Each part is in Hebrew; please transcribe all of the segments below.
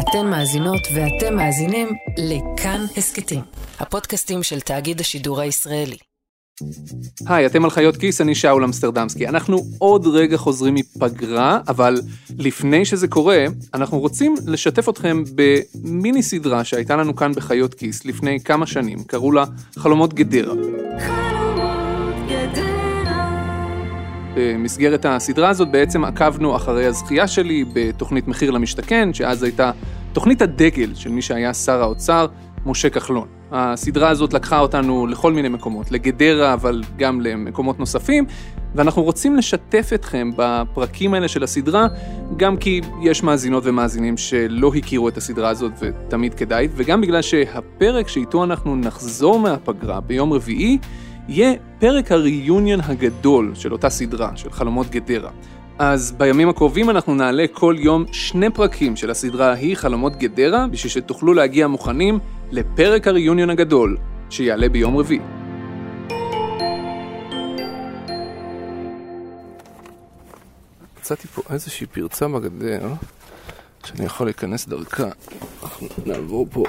אתן מאזינות ואתם מאזינים לכאן הסקטים, הפודקאסטים של תאגיד השידור הישראלי. היי, אתם על חיות כיס, אני שאול אמסטרדמסקי. אנחנו עוד רגע חוזרים מפגרה, אבל לפני שזה קורה, אנחנו רוצים לשתף אתכם במיני סדרה שהייתה לנו כאן בחיות כיס לפני כמה שנים, קראו לה חלומות גדרה. במסגרת הסדרה הזאת בעצם עקבנו אחרי הזכייה שלי בתוכנית מחיר למשתכן, שאז הייתה תוכנית הדגל של מי שהיה שר האוצר, משה כחלון. הסדרה הזאת לקחה אותנו לכל מיני מקומות, לגדרה, אבל גם למקומות נוספים, ואנחנו רוצים לשתף אתכם בפרקים האלה של הסדרה, גם כי יש מאזינות ומאזינים שלא הכירו את הסדרה הזאת ותמיד כדאי, וגם בגלל שהפרק שאיתו אנחנו נחזור מהפגרה ביום רביעי, יהיה פרק הריוניון הגדול של אותה סדרה, של חלומות גדרה. אז בימים הקרובים אנחנו נעלה כל יום 2 פרקים של הסדרה ההיא, חלומות גדרה, בשביל שתוכלו להגיע מוכנים לפרק הריוניון הגדול, שיעלה ביום רביעי. מצאתי פה איזושהי פרצה בגדר, שאני יכול להיכנס דרכה. אנחנו נעבור פה.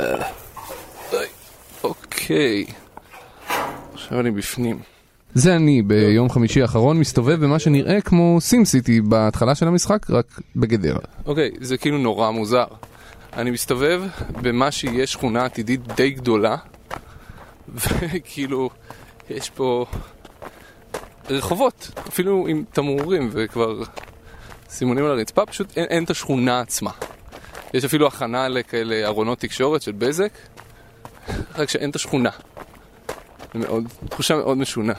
אוקיי. עכשיו אני בפנים. זה אני ביום חמישי האחרון מסתובב במה שנראה כמו סים סיטי בהתחלה של המשחק, רק בגדרה. אוקיי, זה כאילו נורא מוזר. אני מסתובב במה שיש שכונה עתידית די גדולה, וכאילו יש פה רחובות, אפילו עם תמרורים וכבר סימונים על הרצפה, פשוט אין את השכונה עצמה. יש אפילו הכנה לכאלה ארונות תקשורת של בזק, רק שאין את השכונה. תחושה מאוד משונה.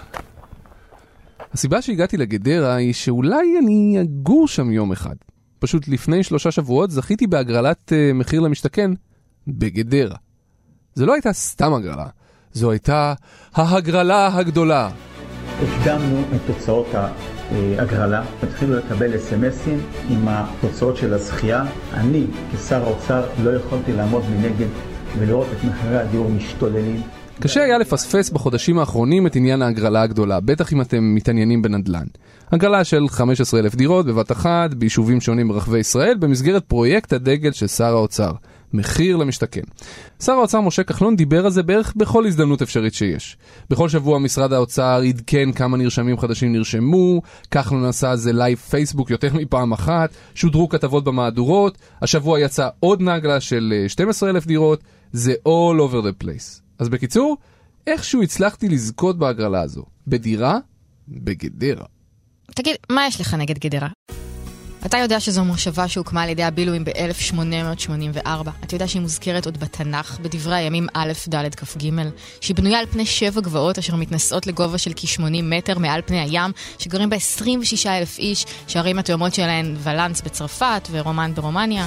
הסיבה שהגעתי לגדרה היא שאולי אני אגור שם יום אחד. פשוט לפני 3 שבועות זכיתי בהגרלת מחיר למשתכן בגדרה. זו לא הייתה סתם הגרלה, זו הייתה ההגרלה הגדולה. הקדמנו את תוצאות ההגרלה, התחילו לקבל אס-אמסים עם התוצאות של הזכייה. אני כשר האוצר לא יכולתי לעמוד מנגד ולראות את מחירי הדיור משתוללים. קשה היה לפספס בחודשים האחרונים את עניין ההגרלה הגדולה, בטח אם אתם מתעניינים בנדל"ן. הגרלה של 15,000 דירות בבת אחת, ביישובים שונים ברחבי ישראל, במסגרת פרויקט הדגל של שר האוצר, מחיר למשתכן. שר האוצר משה כחלון דיבר על זה בערך בכל הזדמנות אפשרית שיש. בכל שבוע משרד האוצר עדכן כמה נרשמים חדשים נרשמו, כחלון עשה על זה לייב פייסבוק יותר מפעם אחת, שודרו כתבות במהדורות, השבוע יצא עוד נגלה של 12,000 דירות, זה all over the place. אז בקיצור, איכשהו הצלחתי לזכות בהגרלה הזו. בדירה, בגדרה. תגיד, מה יש לך נגד גדרה? אתה יודע שזו מושבה שהוקמה על ידי הבילויים ב-1884. אתה יודע שהיא מוזכרת עוד בתנ"ך, בדברי הימים א' ד' כ' ג', שהיא בנויה על פני 7 גבעות אשר מתנסות לגובה של כ-80 מטר מעל פני הים, שגרים בה 26,000 איש, שהערים התאומות שלהן ולנס בצרפת ורומן ברומניה.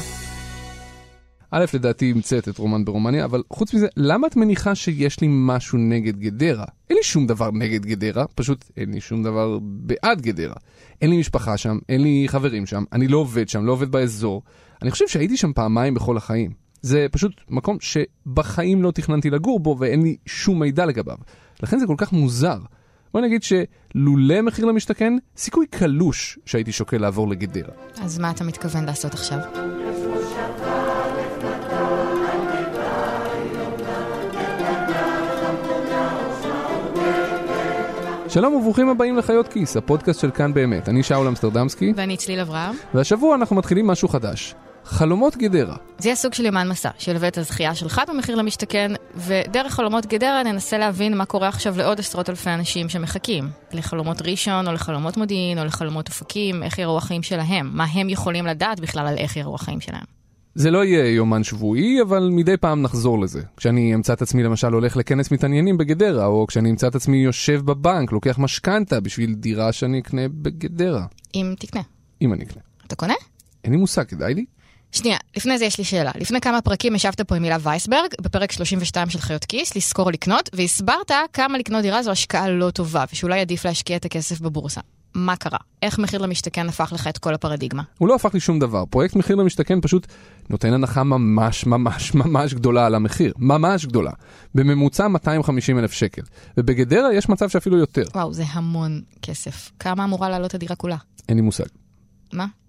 א', לדעתי המצאת את רומן ברומניה, אבל חוץ מזה, למה את מניחה שיש לי משהו נגד גדרה? אין לי שום דבר נגד גדרה, פשוט אין לי שום דבר בעד גדרה. אין לי משפחה שם, אין לי חברים שם, אני לא עובד שם, לא עובד באזור. אני חושב שהייתי שם פעמיים בכל החיים. זה פשוט מקום שבחיים לא תכננתי לגור בו, ואין לי שום מידע לגביו. לכן זה כל כך מוזר. בוא נגיד שלולא מחיר למשתכן, סיכוי קלוש שהייתי שוקל לעבור לגדרה. אז מה אתה מתכוון לעשות עכשיו? שלום וברוכים הבאים לחיות כיס, הפודקאסט של כאן באמת. אני שאול אמסטרדמסקי. ואני צליל אברהם. והשבוע אנחנו מתחילים משהו חדש. חלומות גדרה. זה יהיה סוג של יומן מסע, שילווה את הזכייה שלך במחיר למשתכן, ודרך חלומות גדרה ננסה להבין מה קורה עכשיו לעוד 10,000 אנשים שמחכים. לחלומות ראשון, או לחלומות מודיעין, או לחלומות אופקים, איך יראו החיים שלהם. מה הם יכולים לדעת בכלל על איך יראו החיים שלהם. זה לא יהיה יומן שבועי, אבל מדי פעם נחזור לזה. כשאני אמצא את עצמי למשל הולך לכנס מתעניינים בגדרה, או כשאני אמצא את עצמי יושב בבנק, לוקח משכנתה בשביל דירה שאני אקנה בגדרה. אם תקנה. אם אני אקנה. אתה קונה? אין לי מושג, כדאי לי? שנייה, לפני זה יש לי שאלה. לפני כמה פרקים ישבת פה עם מילה וייסברג, בפרק 32 של חיות כיס, לזכור לקנות, והסברת כמה לקנות דירה זו השקעה לא טובה, ושאולי עדיף להשקיע את הכסף בבורסה. מה קרה? איך מחיר למשתכן הפך לך את כל הפרדיגמה? הוא לא הפך לי שום דבר. פרויקט מחיר למשתכן פשוט נותן הנחה ממש גדולה על המחיר. ממש גדולה. בממוצע 250,000 שקל. ובגדרה יש מצב שאפילו יותר. וואו, זה המון כסף. כמה אמורה לעלות הדירה כולה? אין לי מושג. מה?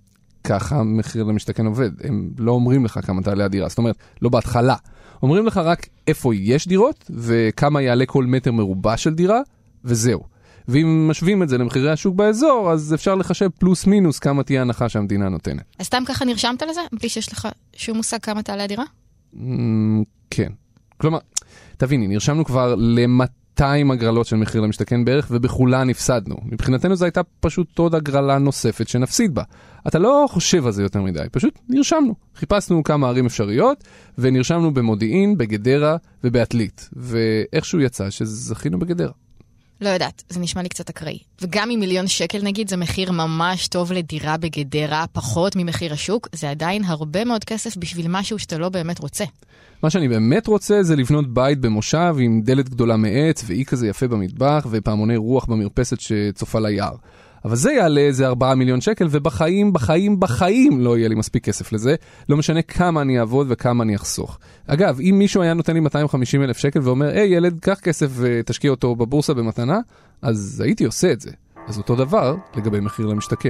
ככה מחיר למשתכן עובד. הם לא אומרים לך כמה תעלה הדירה. זאת אומרת, לא בהתחלה. אומרים לך רק איפה יש דירות, וכמה יעלה כל מטר מרובע של דירה, וזהו. ואם משווים את זה למחירי השוק באזור, אז אפשר לחשב פלוס מינוס כמה תהיה הנחה שהמדינה נותנת. אז סתם ככה נרשמת לזה? בלי שיש לך שום מושג כמה תעלה הדירה? כן. כלומר, תביני, נרשמנו כבר ל-200 הגרלות של מחיר למשתכן בערך, ובכולן הפסדנו. מבחינתנו זו הייתה פשוט עוד הגרלה נוספת שנפסיד בה. אתה לא חושב על זה יותר מדי, פשוט נרשמנו. חיפשנו כמה ערים אפשריות, ונרשמנו במודיעין, בגדרה ובעתלית. ואיכשהו יצא שזכינו בגדרה. לא יודעת, זה נשמע לי קצת אקראי. וגם עם 1,000,000 שקל נגיד, זה מחיר ממש טוב לדירה בגדרה, פחות ממחיר השוק, זה עדיין הרבה מאוד כסף בשביל משהו שאתה לא באמת רוצה. מה שאני באמת רוצה זה לבנות בית במושב עם דלת גדולה מעץ, ואי כזה יפה במטבח, ופעמוני רוח במרפסת שצופה ליער. אבל זה יעלה איזה 4 מיליון שקל, ובחיים לא יהיה לי מספיק כסף לזה. לא משנה כמה אני אעבוד וכמה אני אחסוך. אגב, אם מישהו היה נותן לי 250,000 שקל ואומר, היי ילד, קח כסף ותשקיע אותו בבורסה במתנה, אז הייתי עושה את זה. אז אותו דבר לגבי מחיר למשתכן.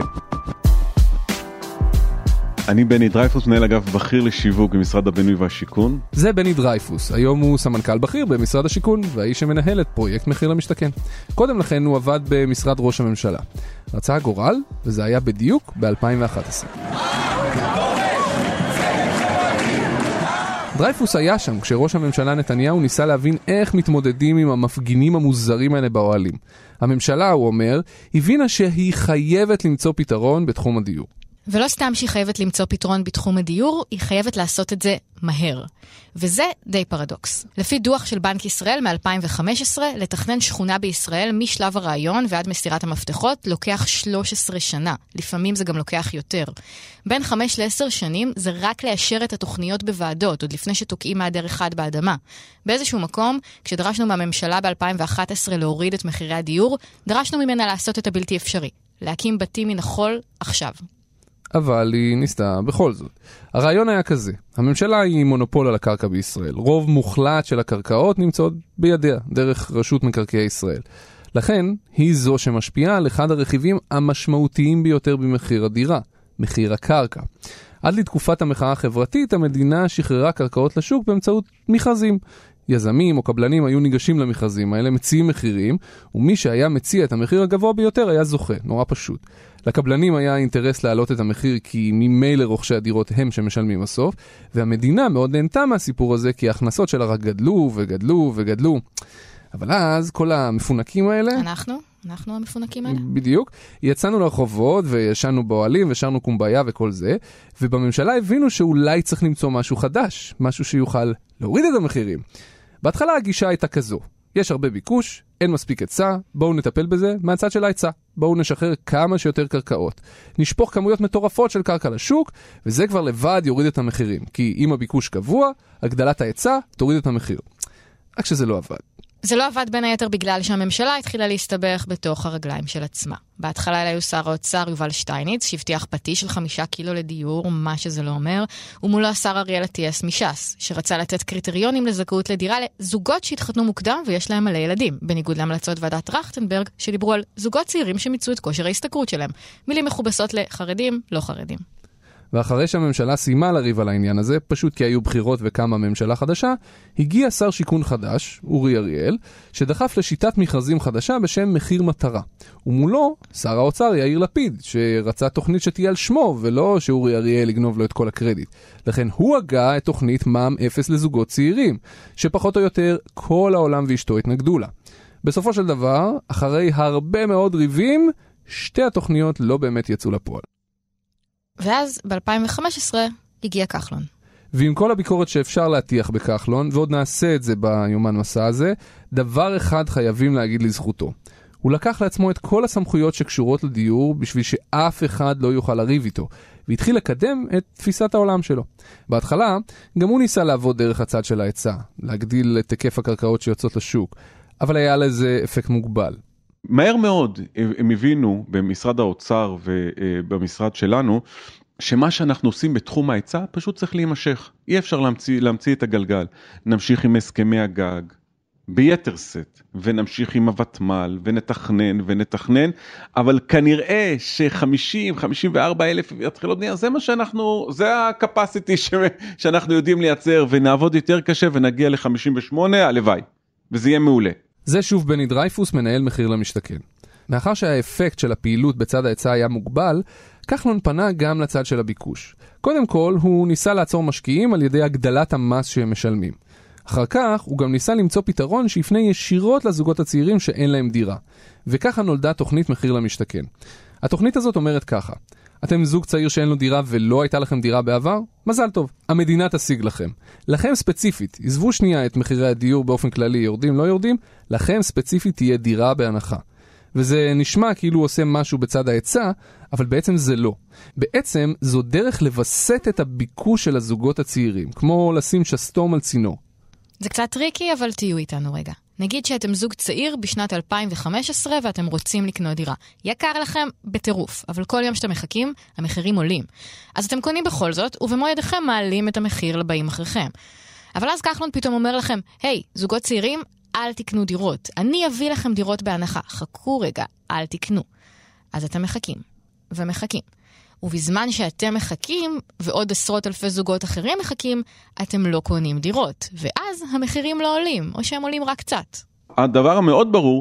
אני בני דרייפוס, מנהל אגף בכיר לשיווק במשרד הבינוי והשיכון. זה בני דרייפוס, היום הוא סמנכ"ל בכיר במשרד השיכון, והאיש שמנהל את פרויקט מחיר למשתכן. קודם לכן הוא עבד במשרד ראש הממשלה. רצה הגורל, וזה היה בדיוק ב-2011. דרייפוס היה שם כשראש הממשלה נתניהו ניסה להבין איך מתמודדים עם המפגינים המוזרים האלה באוהלים. הממשלה, הוא אומר, הבינה שהיא חייבת למצוא פתרון בתחום הדיור. ולא סתם שהיא חייבת למצוא פתרון בתחום הדיור, היא חייבת לעשות את זה מהר. וזה די פרדוקס. לפי דוח של בנק ישראל מ-2015, לתכנן שכונה בישראל משלב הרעיון ועד מסירת המפתחות לוקח 13 שנה. לפעמים זה גם לוקח יותר. בין 5 ל-10 שנים זה רק לאשר את התוכניות בוועדות, עוד לפני שתוקעים מהדר אחד באדמה. באיזשהו מקום, כשדרשנו מהממשלה ב-2011 להוריד את מחירי הדיור, דרשנו ממנה לעשות את הבלתי אפשרי. להקים בתים מן החול עכשיו. אבל היא ניסתה בכל זאת. הרעיון היה כזה, הממשלה היא מונופול על הקרקע בישראל. רוב מוחלט של הקרקעות נמצאות בידיה, דרך רשות מקרקעי ישראל. לכן, היא זו שמשפיעה על אחד הרכיבים המשמעותיים ביותר במחיר הדירה, מחיר הקרקע. עד לתקופת המחאה החברתית, המדינה שחררה קרקעות לשוק באמצעות מכרזים. יזמים או קבלנים היו ניגשים למכרזים האלה, מציעים מחירים, ומי שהיה מציע את המחיר הגבוה ביותר היה זוכה, נורא פשוט. לקבלנים היה אינטרס להעלות את המחיר כי ממילא רוכשי הדירות הם שמשלמים בסוף, והמדינה מאוד נהנתה מהסיפור הזה כי ההכנסות שלה רק גדלו וגדלו וגדלו. אבל אז כל המפונקים האלה... אנחנו המפונקים האלה? בדיוק. יצאנו לרחובות וישנו באוהלים ושרנו קומביה וכל זה, ובממשלה הבינו שאולי צריך למצוא משהו חדש, משהו שיוכל להוריד את המחירים. בהתחלה הגישה הייתה כזו. יש הרבה ביקוש, אין מספיק היצע, בואו נטפל בזה מהצד של ההיצע. בואו נשחרר כמה שיותר קרקעות. נשפוך כמויות מטורפות של קרקע לשוק, וזה כבר לבד יוריד את המחירים. כי אם הביקוש קבוע, הגדלת ההיצע תוריד את המחיר. רק שזה לא עבד. זה לא עבד בין היתר בגלל שהממשלה התחילה להסתבך בתוך הרגליים של עצמה. בהתחלה היו שר האוצר יובל שטייניץ, שהבטיח פטיש של 5 קילו לדיור, מה שזה לא אומר, ומולו השר אריאל אטיאס מש"ס, שרצה לתת קריטריונים לזכאות לדירה לזוגות שהתחתנו מוקדם ויש להם מלא ילדים, בניגוד להמלצות ועדת טרכטנברג, שדיברו על זוגות צעירים שמיצו את כושר ההשתכרות שלהם. מילים מכובסות לחרדים, לא חרדים. ואחרי שהממשלה סיימה לריב על העניין הזה, פשוט כי היו בחירות וקמה ממשלה חדשה, הגיע שר שיכון חדש, אורי אריאל, שדחף לשיטת מכרזים חדשה בשם מחיר מטרה. ומולו, שר האוצר יאיר לפיד, שרצה תוכנית שתהיה על שמו, ולא שאורי אריאל יגנוב לו את כל הקרדיט. לכן הוא הגה את תוכנית מע"מ 0 לזוגות צעירים, שפחות או יותר כל העולם ואשתו התנגדו לה. בסופו של דבר, אחרי הרבה מאוד ריבים, שתי התוכניות לא באמת יצאו לפועל. ואז ב-2015 הגיע כחלון. ועם כל הביקורת שאפשר להטיח בכחלון, ועוד נעשה את זה ביומן מסע הזה, דבר אחד חייבים להגיד לזכותו. הוא לקח לעצמו את כל הסמכויות שקשורות לדיור בשביל שאף אחד לא יוכל לריב איתו, והתחיל לקדם את תפיסת העולם שלו. בהתחלה, גם הוא ניסה לעבוד דרך הצד של ההיצע, להגדיל את היקף הקרקעות שיוצאות לשוק, אבל היה לזה אפקט מוגבל. מהר מאוד הם הבינו במשרד האוצר ובמשרד שלנו, שמה שאנחנו עושים בתחום ההיצע פשוט צריך להימשך. אי אפשר להמציא את הגלגל. נמשיך עם הסכמי הגג, ביתר סט, ונמשיך עם הוותמ"ל, ונתכנן, אבל כנראה ש50-54 אלף התחלות בנייה, זה מה שאנחנו, זה הקפסיטי שאנחנו יודעים לייצר, ונעבוד יותר קשה, ונגיע ל58, הלוואי, וזה יהיה מעולה. זה שוב בני דרייפוס, מנהל מחיר למשתכן. מאחר שהאפקט של הפעילות בצד ההיצע היה מוגבל, כחלון פנה גם לצד של הביקוש. קודם כל, הוא ניסה לעצור משקיעים על ידי הגדלת המס שהם משלמים. אחר כך, הוא גם ניסה למצוא פתרון שיפנה ישירות לזוגות הצעירים שאין להם דירה. וככה נולדה תוכנית מחיר למשתכן. התוכנית הזאת אומרת ככה, אתם זוג צעיר שאין לו דירה ולא הייתה לכם דירה בעבר? מזל טוב, המדינה תשיג לכם. לכם ספציפית, עזבו שנייה את מחירי הדיור באופן כללי, יורדים, לא יורדים, לכם ספציפית תהיה דירה בהנחה. וזה נשמע כאילו הוא עושה משהו בצד ההיצע, אבל בעצם זה לא. בעצם זו דרך לבסט את הביקוש של הזוגות הצעירים, כמו לשים שסתום על צינור. זה קצת טריקי, אבל תהיו איתנו רגע. נגיד שאתם זוג צעיר בשנת 2015 ואתם רוצים לקנות דירה. יקר לכם בטירוף, אבל כל יום שאתם מחכים, המחירים עולים. אז אתם קונים בכל זאת, ובמועדכם מעלים את המחיר לבאים אחריכם. אבל אז כחלון פתאום אומר לכם, היי, זוגות צעירים, אל תקנו דירות. אני אביא לכם דירות בהנחה. חכו רגע, אל תקנו. אז אתם מחכים, ומחכים. ובזמן שאתם מחכים, ועוד עשרות אלפי זוגות אחרים מחכים, אתם לא קונים דירות. ואז המחירים לא עולים, או שהם עולים רק קצת. הדבר המאוד ברור,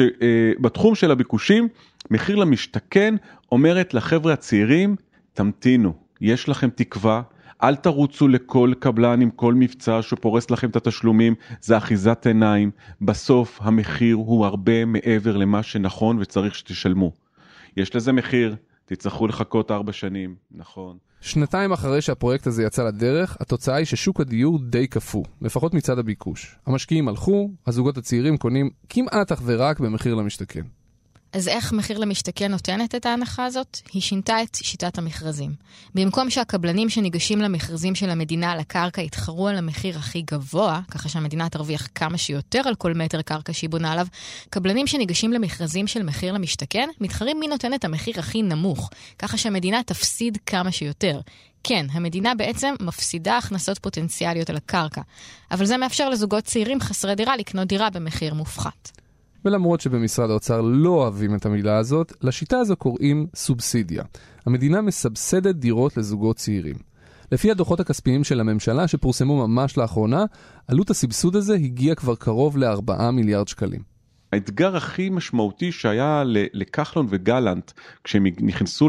שבתחום של הביקושים, מחיר למשתכן אומרת לחבר'ה הצעירים, תמתינו, יש לכם תקווה, אל תרוצו לכל קבלן עם כל מבצע שפורס לכם את התשלומים, זה אחיזת עיניים, בסוף המחיר הוא הרבה מעבר למה שנכון וצריך שתשלמו. יש לזה מחיר, תצטרכו לחכות 4 שנים, נכון. 2 אחרי שהפרויקט הזה יצא לדרך, התוצאה היא ששוק הדיור די קפוא, לפחות מצד הביקוש. המשקיעים הלכו, הזוגות הצעירים קונים כמעט אך ורק במחיר למשתכן. אז איך מחיר למשתכן נותנת את ההנחה הזאת? היא שינתה את שיטת המכרזים. במקום שהקבלנים שניגשים למכרזים של המדינה על הקרקע יתחרו על המחיר הכי גבוה, ככה שהמדינה תרוויח כמה שיותר על כל מטר קרקע שהיא בונה עליו, קבלנים שניגשים למכרזים של מחיר למשתכן מתחרים מי נותן את המחיר הכי נמוך, ככה שהמדינה תפסיד כמה שיותר. כן, המדינה בעצם מפסידה הכנסות פוטנציאליות על הקרקע, אבל זה מאפשר לזוגות צעירים חסרי דירה לקנות דירה במחיר מופחת. ולמרות שבמשרד האוצר לא אוהבים את המילה הזאת, לשיטה הזו קוראים סובסידיה. המדינה מסבסדת דירות לזוגות צעירים. לפי הדוחות הכספיים של הממשלה שפורסמו ממש לאחרונה, עלות הסבסוד הזה הגיע כבר קרוב ל4 מיליארד שקלים. האתגר הכי משמעותי שהיה לכחלון וגלנט כשהם נכנסו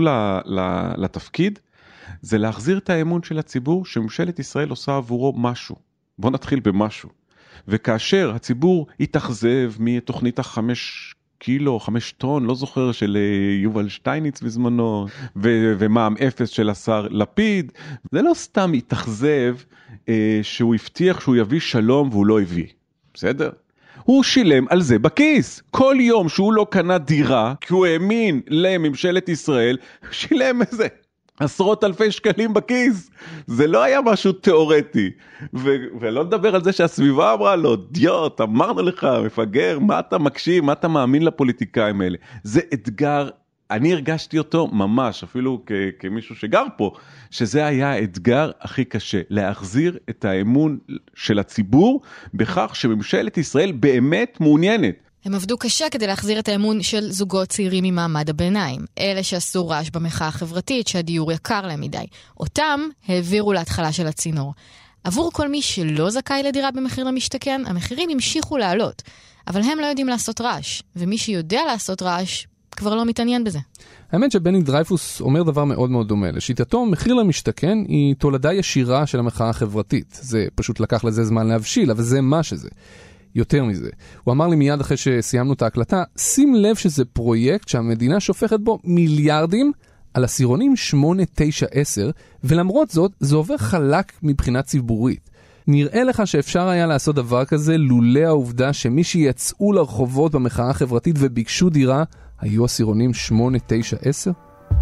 לתפקיד, זה להחזיר את האמון של הציבור שממשלת ישראל עושה עבורו משהו. בוא נתחיל במשהו. וכאשר הציבור התאכזב מתוכנית 5 קילו, 5 טון, לא זוכר, של יובל שטייניץ בזמנו, ומע"מ 0 של השר לפיד, זה לא סתם התאכזב שהוא הבטיח שהוא יביא שלום והוא לא הביא. בסדר? הוא שילם על זה בכיס. כל יום שהוא לא קנה דירה, כי הוא האמין לממשלת ישראל, שילם איזה עשרות אלפי שקלים בכיס. זה לא היה משהו תיאורטי. ולא נדבר על זה שהסביבה אמרה לו, דיוט, אמרנו לך, מפגר, מה אתה מקשיב, מה אתה מאמין לפוליטיקאים האלה. זה אתגר, אני הרגשתי אותו ממש, אפילו כמישהו שגר פה, שזה היה האתגר הכי קשה, להחזיר את האמון של הציבור, בכך שממשלת ישראל באמת מעוניינת. הם עבדו קשה כדי להחזיר את האמון של זוגות צעירים ממעמד הביניים. אלה שעשו רעש במחאה החברתית, שהדיור יקר להם מדי. אותם העבירו להתחלה של הצינור. עבור כל מי שלא זכאי לדירה במחיר למשתכן, המחירים המשיכו לעלות. אבל הם לא יודעים לעשות רעש. ומי שיודע לעשות רעש, כבר לא מתעניין בזה. האמת שבני דרייפוס אומר דבר מאוד מאוד דומה. לשיטתו, מחיר למשתכן היא תולדה ישירה של המחאה החברתית. זה פשוט לקח לזה זמן להבשיל, אבל זה מה שזה. יותר מזה. הוא אמר לי מיד אחרי שסיימנו את ההקלטה, שים לב שזה פרויקט שהמדינה שופכת בו מיליארדים על עשירונים 8, 9, 10, ולמרות זאת, זה עובר חלק מבחינה ציבורית. נראה לך שאפשר היה לעשות דבר כזה לולא העובדה שמי שיצאו לרחובות במחאה החברתית וביקשו דירה, היו עשירונים 8, 9, 10?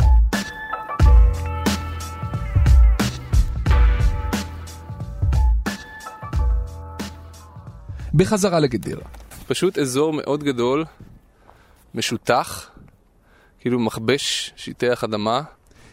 בחזרה לגדרה. פשוט אזור מאוד גדול, משותח, כאילו מכבש שיטח אדמה.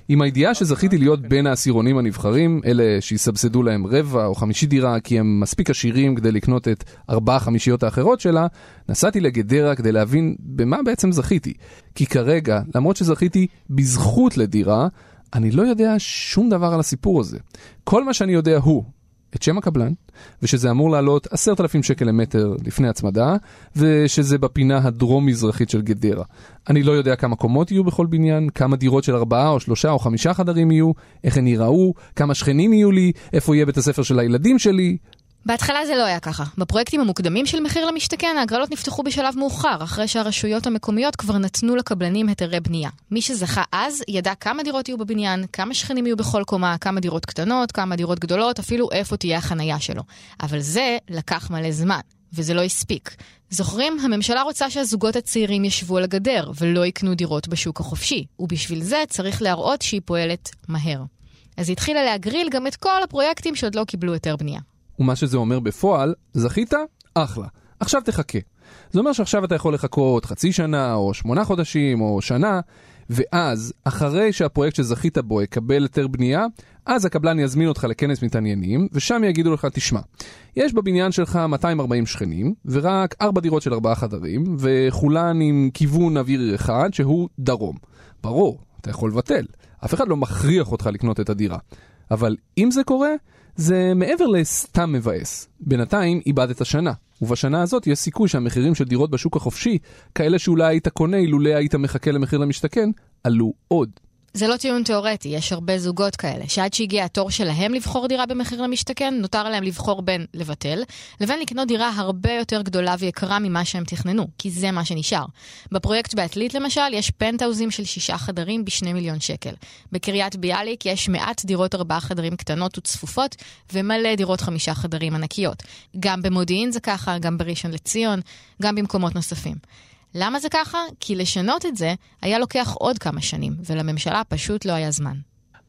עם הידיעה שזכיתי להיות בין העשירונים הנבחרים, אלה שיסבסדו להם רבע או חמישי דירה, כי הם מספיק עשירים כדי לקנות את 4 חמישיות האחרות שלה, נסעתי לגדרה כדי להבין במה בעצם זכיתי. כי כרגע, למרות שזכיתי בזכות לדירה, אני לא יודע שום דבר על הסיפור הזה. כל מה שאני יודע הוא את שם הקבלן, ושזה אמור לעלות 10,000 שקל למטר לפני הצמדה, ושזה בפינה הדרום-מזרחית של גדרה. אני לא יודע כמה קומות יהיו בכל בניין, כמה דירות של 4 או 3 או 5 חדרים יהיו, איך הן ייראו, כמה שכנים יהיו לי, איפה יהיה בית הספר של הילדים שלי. בהתחלה זה לא היה ככה. בפרויקטים המוקדמים של מחיר למשתכן, ההגרלות נפתחו בשלב מאוחר, אחרי שהרשויות המקומיות כבר נתנו לקבלנים היתרי בנייה. מי שזכה אז ידע כמה דירות יהיו בבניין, כמה שכנים יהיו בכל קומה, כמה דירות קטנות, כמה דירות גדולות, אפילו איפה תהיה החנייה שלו. אבל זה לקח מלא זמן, וזה לא הספיק. זוכרים, הממשלה רוצה שהזוגות הצעירים ישבו על הגדר, ולא יקנו דירות בשוק החופשי, ובשביל זה צריך להראות שהיא פועלת מהר. אז התחילה להגריל גם את כל הפרויקטים שעוד לא קיבלו היתר בנייה. ומה שזה אומר בפועל, זכית? אחלה. עכשיו תחכה. זה אומר שעכשיו אתה יכול לחכות חצי שנה, או 8 חודשים, או שנה, ואז, אחרי שהפרויקט שזכית בו יקבל היתר בנייה, אז הקבלן יזמין אותך לכנס מתעניינים, ושם יגידו לך, תשמע, יש בבניין שלך 240 שכנים, ורק 4 דירות של 4 חדרים, וכולן עם כיוון אוויר אחד, שהוא דרום. ברור, אתה יכול לבטל. אף אחד לא מכריח אותך לקנות את הדירה. אבל אם זה קורה, זה מעבר לסתם מבאס. בינתיים איבדת השנה, ובשנה הזאת יש סיכוי שהמחירים של דירות בשוק החופשי, כאלה שאולי היית קונה אילולא היית מחכה למחיר למשתכן, עלו עוד. זה לא טיעון תיאורטי, יש הרבה זוגות כאלה, שעד שהגיע התור שלהם לבחור דירה במחיר למשתכן, נותר להם לבחור בין לבטל, לבין לקנות דירה הרבה יותר גדולה ויקרה ממה שהם תכננו, כי זה מה שנשאר. בפרויקט בעתלית למשל, יש פנטהאוזים של 6 חדרים ב2 מיליון שקל. בקריית ביאליק יש מעט דירות 4 חדרים קטנות וצפופות, ומלא דירות 5 חדרים ענקיות. גם במודיעין זה ככה, גם בראשון לציון, גם במקומות נוספים. למה זה ככה? כי לשנות את זה היה לוקח עוד כמה שנים, ולממשלה פשוט לא היה זמן.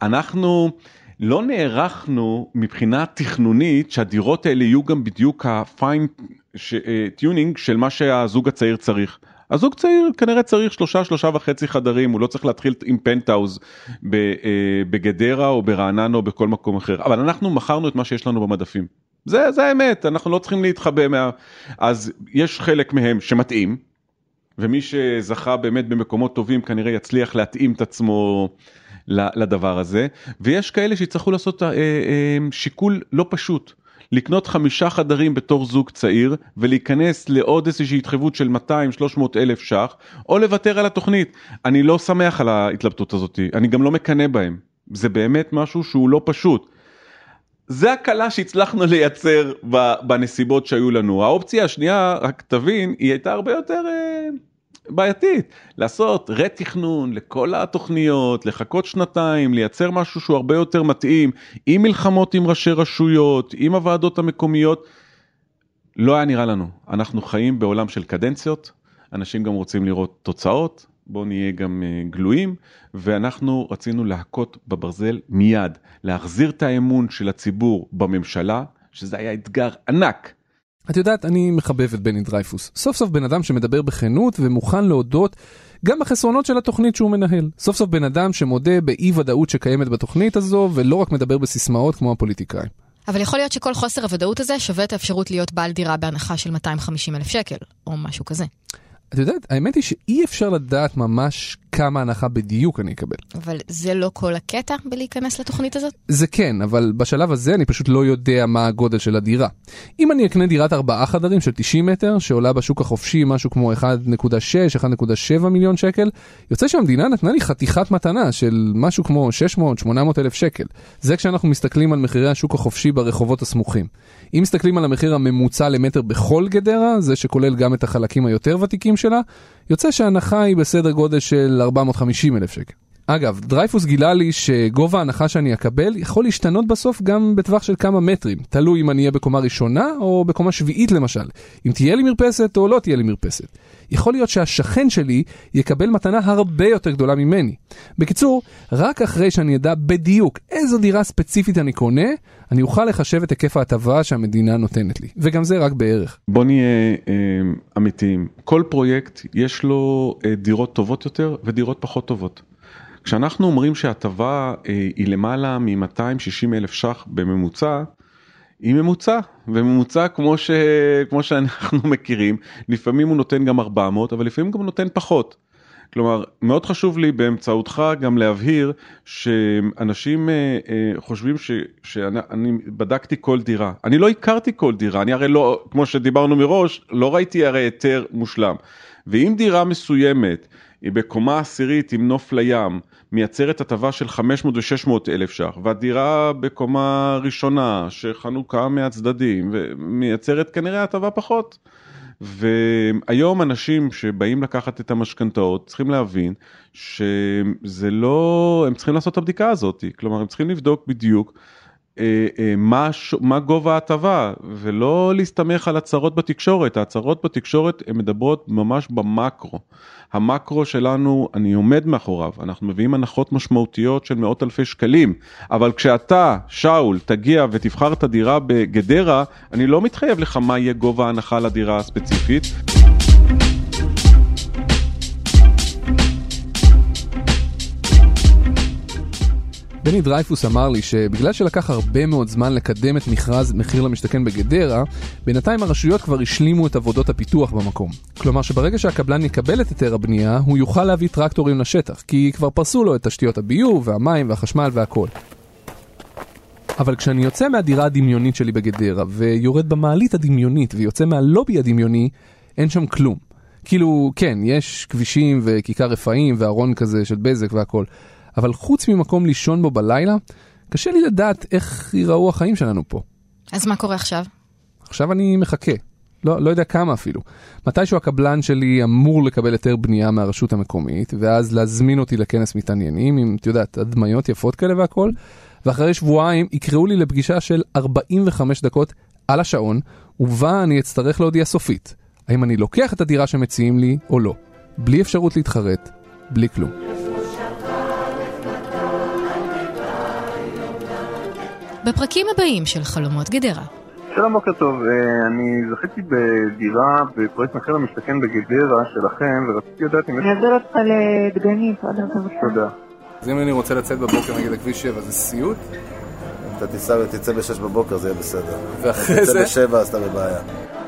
אנחנו לא נערכנו מבחינה תכנונית שהדירות האלה יהיו גם בדיוק הפיין טיונינג של מה שהזוג הצעיר צריך. הזוג צעיר כנראה צריך 3.5 חדרים, הוא לא צריך להתחיל עם פנטהאוז בגדרה או ברעננה או בכל מקום אחר, אבל אנחנו מכרנו את מה שיש לנו במדפים. זה האמת, אנחנו לא צריכים להתחבא אז יש חלק מהם שמתאים, ומי שזכה באמת במקומות טובים כנראה יצליח להתאים את עצמו לדבר הזה, ויש כאלה שיצטרכו לעשות שיקול לא פשוט, לקנות 5 חדרים בתור זוג צעיר, ולהיכנס לעוד איזושהי התחייבות של 200-300 אלף שח, או לוותר על התוכנית. אני לא שמח על ההתלבטות הזאת, אני גם לא מקנה בהם, זה באמת משהו שהוא לא פשוט. זה הקלה שהצלחנו לייצר בנסיבות שהיו לנו. האופציה השנייה, רק תבין, היא הייתה הרבה יותר בעייתית. לעשות רתכנון לכל התוכניות, לחכות 2, לייצר משהו שהוא הרבה יותר מתאים, עם מלחמות עם ראשי רשויות, עם הוועדות המקומיות. לא היה נראה לנו. אנחנו חיים בעולם של קדנציות, אנשים גם רוצים לראות תוצאות, בואו נהיה גם גלויים, ואנחנו רצינו להכות בברזל מיד, להחזיר את האמון של הציבור בממשלה, שזה היה אתגר ענק. את יודעת, אני מחבב את בני דרייפוס. סוף סוף בן אדם שמדבר בכנות ומוכן להודות גם בחסרונות של התוכנית שהוא מנהל. סוף סוף בן אדם שמודה באי ודאות שקיימת בתוכנית הזו, ולא רק מדבר בסיסמאות כמו הפוליטיקאים. אבל יכול להיות שכל חוסר הוודאות הזה שווה את האפשרות להיות בעל דירה בהנחה של 250,000 שקל, או משהו כזה. את יודעת, האמת היא שאי אפשר לדעת ממש כמה הנחה בדיוק אני אקבל. אבל זה לא כל הקטע בלהיכנס לתוכנית הזאת? זה כן, אבל בשלב הזה אני פשוט לא יודע מה הגודל של הדירה. אם אני אקנה דירת 4 חדרים של 90 מטר, שעולה בשוק החופשי משהו כמו 1.6-1.7 מיליון שקל, יוצא שהמדינה נתנה לי חתיכת מתנה של משהו כמו 600-800 אלף שקל. זה כשאנחנו מסתכלים על מחירי השוק החופשי ברחובות הסמוכים. אם מסתכלים על המחיר הממוצע למטר בכל גדרה, זה שכולל גם את החלקים היותר ותיקים שלה, יוצא שההנחה היא בסדר גודל של 450,000 שקל. אגב, דרייפוס גילה לי שגובה ההנחה שאני אקבל יכול להשתנות בסוף גם בטווח של כמה מטרים, תלוי אם אני אהיה בקומה ראשונה או בקומה שביעית למשל, אם תהיה לי מרפסת או לא תהיה לי מרפסת. יכול להיות שהשכן שלי יקבל מתנה הרבה יותר גדולה ממני. בקיצור, רק אחרי שאני אדע בדיוק איזו דירה ספציפית אני קונה, אני אוכל לחשב את היקף ההטבה שהמדינה נותנת לי. וגם זה רק בערך. בוא נהיה אמיתיים. כל פרויקט יש לו דירות טובות יותר ודירות פחות טובות. כשאנחנו אומרים שההטבה היא למעלה מ-260,000 ש"ח בממוצע, היא ממוצע, וממוצע כמו שאנחנו מכירים, לפעמים הוא נותן גם 400, אבל לפעמים גם נותן פחות. כלומר, מאוד חשוב לי באמצעותך גם להבהיר שאנשים חושבים שאני בדקתי כל דירה. אני לא הכרתי כל דירה, אני הרי לא, כמו שדיברנו מראש, לא ראיתי הרי היתר מושלם. ואם דירה מסוימת היא בקומה עשירית עם נוף לים, מייצרת הטבה של 500 ו-600 אלף ש"ח, והדירה בקומה ראשונה שחנוכה מהצדדים, ומייצרת כנראה הטבה פחות. והיום אנשים שבאים לקחת את המשכנתאות צריכים להבין שזה לא, הם צריכים לעשות את הבדיקה הזאת, כלומר הם צריכים לבדוק בדיוק מה גובה ההטבה, ולא להסתמך על הצהרות בתקשורת. ההצהרות בתקשורת הן מדברות ממש במקרו. המקרו שלנו, אני עומד מאחוריו, אנחנו מביאים הנחות משמעותיות של מאות אלפי שקלים, אבל כשאתה, שאול, תגיע ותבחר את הדירה בגדרה, אני לא מתחייב לך מה יהיה גובה ההנחה לדירה הספציפית. בני דרייפוס אמר לי שבגלל שלקח הרבה מאוד זמן לקדם את מכרז מחיר למשתכן בגדרה, בינתיים הרשויות כבר השלימו את עבודות הפיתוח במקום. כלומר שברגע שהקבלן יקבל את היתר הבנייה, הוא יוכל להביא טרקטורים לשטח, כי כבר פרסו לו את תשתיות הביוב והמים והחשמל והכל. אבל כשאני יוצא מהדירה הדמיונית שלי בגדרה, ויורד במעלית הדמיונית, ויוצא מהלובי הדמיוני, אין שם כלום. כאילו, כן, יש כבישים וכיכר רפאים וארון כזה של בזק והכל. אבל חוץ ממקום לישון בו בלילה, קשה לי לדעת איך ייראו החיים שלנו פה. אז מה קורה עכשיו? עכשיו אני מחכה. לא יודע כמה אפילו. מתישהו הקבלן שלי אמור לקבל היתר בנייה מהרשות המקומית, ואז להזמין אותי לכנס מתעניינים, עם, את יודעת, הדמיות יפות כאלה והכל, ואחרי שבועיים יקראו לי לפגישה של 45 דקות על השעון, ובה אני אצטרך להודיע סופית. האם אני לוקח את הדירה שמציעים לי או לא. בלי אפשרות להתחרט, בלי כלום. בפרקים הבאים של חלומות גדרה. שלום, בוקר טוב, אני זכיתי בדירה בפרויקט מחיר למשתכן בגדרה שלכם, ורציתי לדעת אם... אני אעזור אותך לדגנית, תודה. אז אם אני רוצה לצאת בבוקר נגיד לכביש 7, זה סיוט? אתה תצא ב-6 בבוקר, זה יהיה בסדר. ואחרי זה? תצא ב-7, אז אתה בבעיה.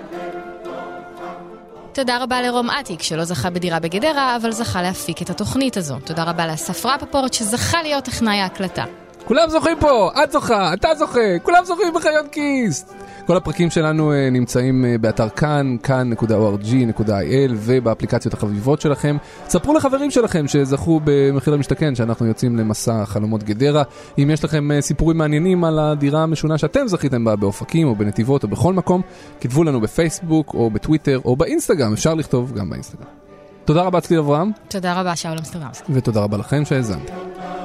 תודה רבה לרום עתיק, שלא זכה בדירה בגדרה, אבל זכה להפיק את התוכנית הזו. תודה רבה לאסף רפפורט, שזכה להיות טכנאי ההקלטה. כולם זוכים פה, את זוכה, אתה זוכה, כולם זוכים בחיות כיס. כל הפרקים שלנו נמצאים באתר כאן, כאן.org.il ובאפליקציות החביבות שלכם. ספרו לחברים שלכם שזכו במחיר למשתכן, שאנחנו יוצאים למסע חלומות גדרה. אם יש לכם סיפורים מעניינים על הדירה המשונה שאתם זכיתם בה באופקים או בנתיבות או בכל מקום, כתבו לנו בפייסבוק או בטוויטר או באינסטגרם, אפשר לכתוב גם באינסטגרם. תודה רבה צליל אברהם. תודה רבה שאול אמסטרדמסקי. ותודה רבה לכם שהאזנתם.